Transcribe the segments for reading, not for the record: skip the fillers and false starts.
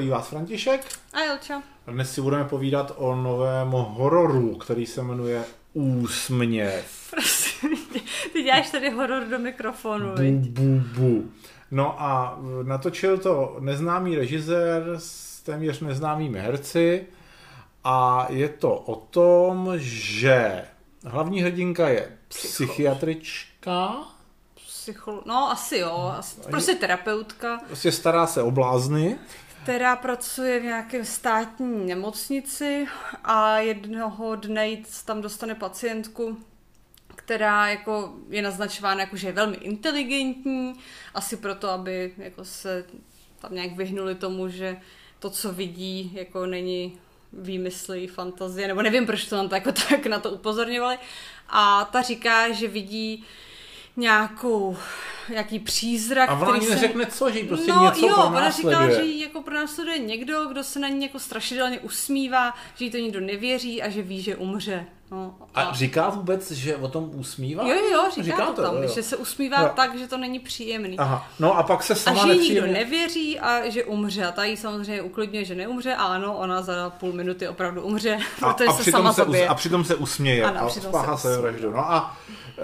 Zdraví vás František. A Jelča. Dnes si budeme povídat o novém hororu, který se jmenuje Úsměv. Prosím, ty děláš tady horor do mikrofonu, Bu. No a natočil to neznámý režisér s téměř neznámými herci a je to o tom, že hlavní hrdinka je psychiatrička. No asi jo, prostě terapeutka. Prostě stará se o blázny. Která pracuje v nějaké státní nemocnici a jednoho dne tam dostane pacientku, která jako je naznačována jako, že je velmi inteligentní, asi proto, aby jako se tam nějak vyhnuli tomu, že to, co vidí, jako není výmysly, fantazie, nebo nevím, proč to nám to jako tak na to upozorňovali. A ta říká, že vidí nějaký přízrak. A ona ani neřekne co, že jí prostě něco pronásleduje. Ona říkala, že jí jako pronásleduje někdo, kdo se na ní jako strašidelně usmívá, že jí to nikdo nevěří a že ví, že umře. No, a říká vůbec, že o tom usmívá? Jo, říká to tam, že se usmívá tak, že to není příjemný. Aha, no a pak se sama a že jí nikdo nevěří a že umře. A ta jí samozřejmě uklidňuje, že neumře a ano, ona za půl minuty opravdu umře, protože se sama zabije. A přitom se usměje ano, a spáchá se vraždu. No a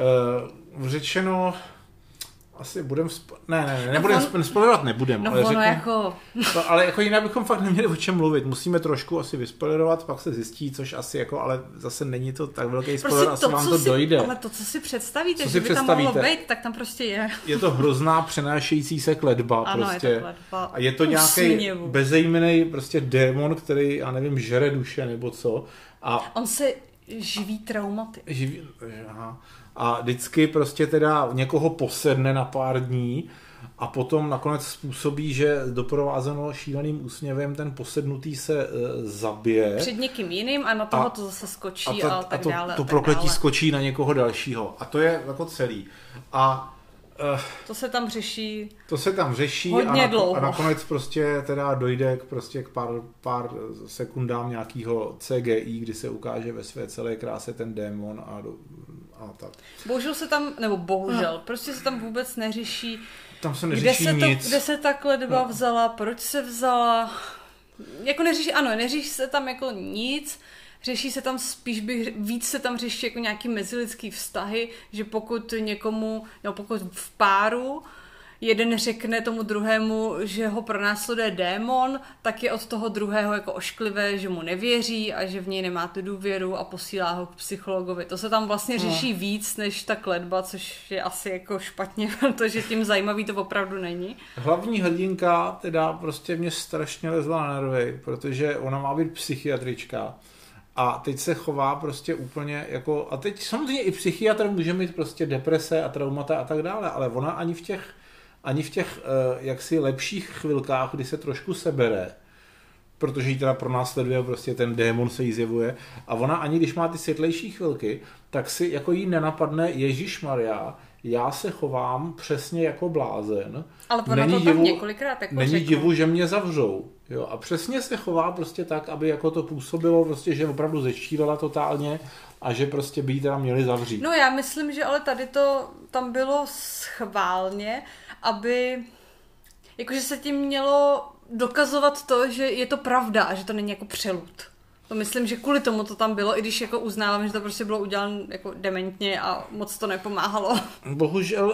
řečeno, asi budeme spoilerovat nebudeme. No ale ono jako... ale jako jinak bychom fakt neměli o čem mluvit. Musíme trošku asi vyspoilerovat, pak se zjistí, což asi jako, ale zase není to tak velký spoiler, prostě asi vám to dojde. Ale to, co si představíte, že by tam mohlo být, tak tam prostě je. Je to hrozná přenášející se kletba. Ano, prostě. je to kletba. A je to nějaký bezejmenej prostě démon, který, já nevím, žere duše nebo co. A on se živí traumaty. Aha. A vždycky prostě teda někoho posedne na pár dní a potom nakonec způsobí, že doprovázeno šíleným úsměvem ten posednutý se zabije. Před někým jiným a na toho to zase skočí a tak dále. To prokletí skočí na někoho dalšího. A to je jako celý. A to se tam řeší. Hodně dlouho. A nakonec prostě teda dojde k pár sekundám nějakého CGI, kdy se ukáže ve své celé kráse ten démon a tak. Bohužel, prostě se tam vůbec neřeší. Tam se neřeší nic. Kde se ta kletba vzala, proč se vzala. Jako neřeší se tam jako nic. Řeší se tam víc se tam řeší jako nějaký mezilidský vztahy, že pokud pokud v páru jeden řekne tomu druhému, že ho pronásleduje démon, tak je od toho druhého jako ošklivé, že mu nevěří a že v něj nemá tu důvěru a posílá ho k psychologovi. To se tam vlastně řeší víc než ta kletba, což je asi jako špatně, protože tím zajímavý to opravdu není. Hlavní hrdinka teda prostě mě strašně lezla na nervy, protože ona má být psychiatrička. A teď se chová prostě úplně jako... A teď samozřejmě i psychiatr může mít prostě deprese a traumata a tak dále, ale ona ani v těch jaksi lepších chvilkách, kdy se trošku sebere, protože jí teda pronásleduje prostě ten démon se jí zjevuje, a ona ani když má ty světlejší chvilky, tak si jako jí nenapadne Ježišmarja, já se chovám přesně jako blázen. Ale ona to tam několikrát jako není divu, že mě zavřou. Jo, a přesně se chová prostě tak, aby jako to působilo, prostě, že opravdu zeštílela totálně a že prostě by jí teda měli zavřít. No já myslím, že ale tady to tam bylo schválně, aby jakože se tím mělo dokazovat to, že je to pravda a že to není jako přelud. To myslím, že kvůli tomu to tam bylo, i když jako uznávám, že to prostě bylo udělané jako dementně a moc to nepomáhalo. Bohužel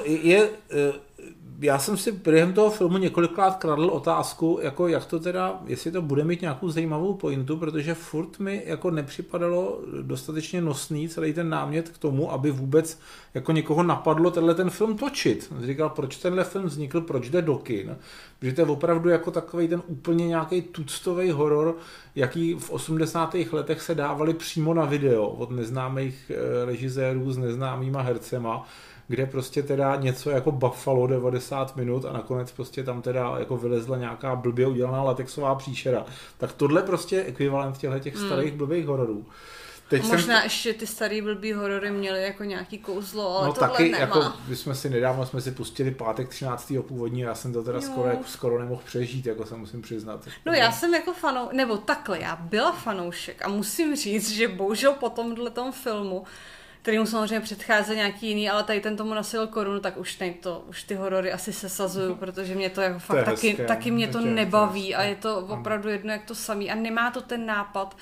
já jsem si během toho filmu několikrát kladl otázku, jako jak to teda, jestli to bude mít nějakou zajímavou pointu, protože furt mi jako nepřipadalo dostatečně nosný celý ten námět k tomu, aby vůbec jako někoho napadlo ten film točit. Říkal, proč tenhle film vznikl, proč jde do kin, protože to je opravdu jako takovej ten úplně nějaký tuctový horor, jaký v 80. letech se dávali přímo na video od neznámých režisérů s neznámýma hercema, kde prostě teda něco jako Buffalo 90 minut a nakonec prostě tam teda jako vylezla nějaká blbě udělaná latexová příšera. Tak tohle prostě je ekvivalent těch starých blbých hororů. Možná ještě ty starý blbý horory měly jako nějaký kouzlo, ale tohle taky, nemá. Jako nedávno jsme si pustili Pátek 13. původní, já jsem to teda skoro nemohl přežít, jako se musím přiznat. No já jsem jako já byla fanoušek a musím říct, že bohužel po tomhletom filmu kterému samozřejmě předchází nějaký jiný, ale tady ten tomu nasil korunu, tak už ty horory asi sesazuju, protože mě to jako fakt taky mě to nebaví a je to opravdu jedno jak to samý a nemá to ten nápad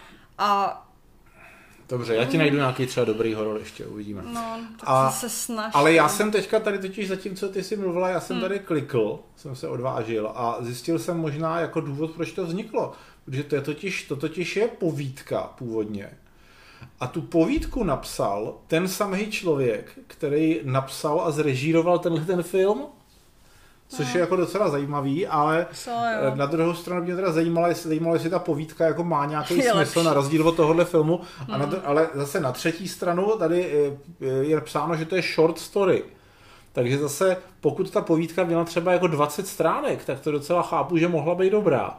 a dobře, já ti najdu nějaký třeba dobrý horor, ještě uvidíme. No, tak se snaž. Ale já jsem teďka tady totiž zatímco ty jsi mluvila, já jsem tady klikl, jsem se odvážil a zjistil jsem možná jako důvod, proč to vzniklo. Protože to totiž je povídka původně. A tu povídku napsal ten samý člověk, který napsal a zrežíroval ten film, což je jako docela zajímavý, ale na druhou stranu mě teda zajímalo, jestli ta povídka jako má nějaký smysl na rozdíl od tohohle filmu, ale zase na třetí stranu tady je psáno, že to je short story. Takže zase, pokud ta povídka měla třeba jako 20 stránek, tak to docela chápu, že mohla být dobrá.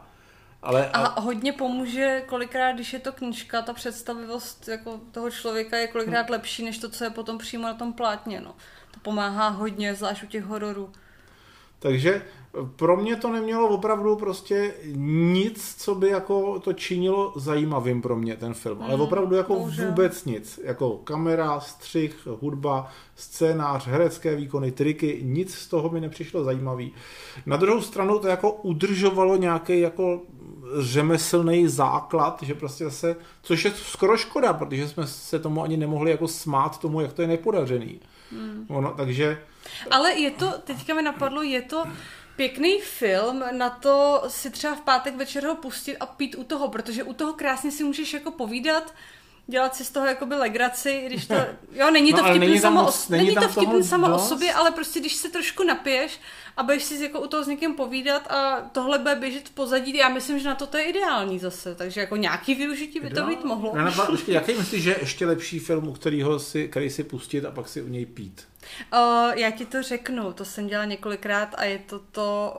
A hodně pomůže kolikrát, když je to knížka, ta představivost jako toho člověka je kolikrát lepší, než to, co je potom přímo na tom plátně. No. To pomáhá hodně, zvlášť u těch hororů. Takže pro mě to nemělo opravdu prostě nic, co by jako to činilo zajímavým pro mě ten film. Ale opravdu jako vůbec nic. Jako kamera, střih, hudba, scénář, herecké výkony, triky, nic z toho mi nepřišlo zajímavý. Na druhou stranu to jako udržovalo nějaký jako řemeslný základ, že prostě zase, což je skoro škoda, protože jsme se tomu ani nemohli jako smát tomu, jak to je nepodařený. Takže... Ale je to, teďka mi napadlo, je to pěkný film, na to si třeba v pátek večer ho pustit a pít u toho, protože u toho krásně si můžeš jako povídat, dělat si z toho jakoby legraci, když to, jo, není to vtipný samo o sobě, ale prostě když se trošku napiješ a budeš si jako u toho s někým povídat a tohle bude běžet v pozadí, já myslím, že na to je ideální zase, takže jako nějaký využití by to být mohlo. Jaký myslíš, že je ještě lepší film, u který si pustit a pak si u něj pít? Já ti to řeknu, to jsem dělala několikrát a je to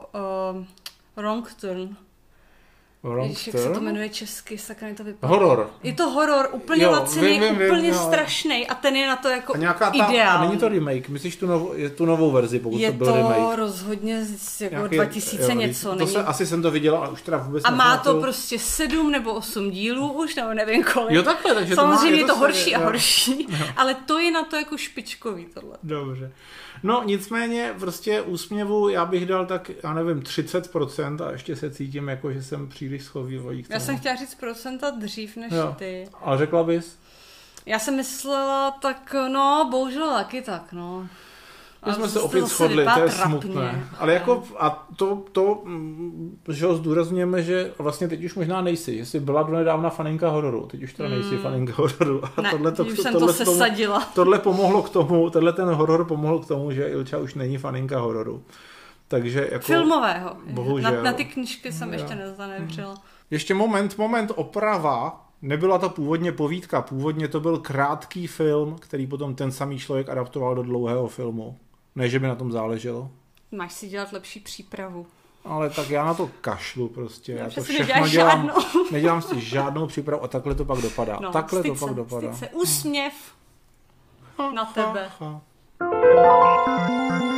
Wrong Turn. Víš, jak se to jmenuje česky, sakra mi to vypadá. Horor. Je to horor, úplně laciný, úplně strašný a ten je na to jako ideální. A není to remake, myslíš tu novou verzi, pokud to byl remake? Je to rozhodně jako 2000 něco. Asi jsem to viděla, ale už teda vůbec a má to prostě 7 nebo 8 dílů už, nebo nevím kolik. Jo takhle, takže samozřejmě je to horší a horší, ale to je na to jako špičkový tohle. Dobře. No nicméně prostě úsměvu já bych dal tak, já nevím, 30% a ještě se cítím jako, že jsem příliš schovývavý k tomu. Já jsem chtěla říct procenta dřív než ty. A řekla bys? Já jsem myslela tak, no, bohužel taky tak, no. My jsme se opět shodli, to je smutné. Ale jako, a to že ho zdůrazňujeme, že vlastně teď už možná nejsi, že jsi byla donedávna faninka hororu, teď už teda nejsi faninka hororu. A ne, už jsem to sesadila. Tohle pomohlo k tomu, ten horor pomohl k tomu, že Ilča už není faninka hororu. Takže jako... Filmového. Bohužel. Na ty knížky jsem ještě nezanevřela. Ještě moment, oprava. Nebyla to původně povídka, původně to byl krátký film, který potom ten samý člověk adaptoval do dlouhého filmu. Ne, že by na tom záleželo. Máš si dělat lepší přípravu. Ale tak já na to kašlu prostě. Já to všechno dělám. Nedělám si žádnou přípravu a takhle to pak dopadá. No, takhle to pak dopadá. Úsměv na tebe.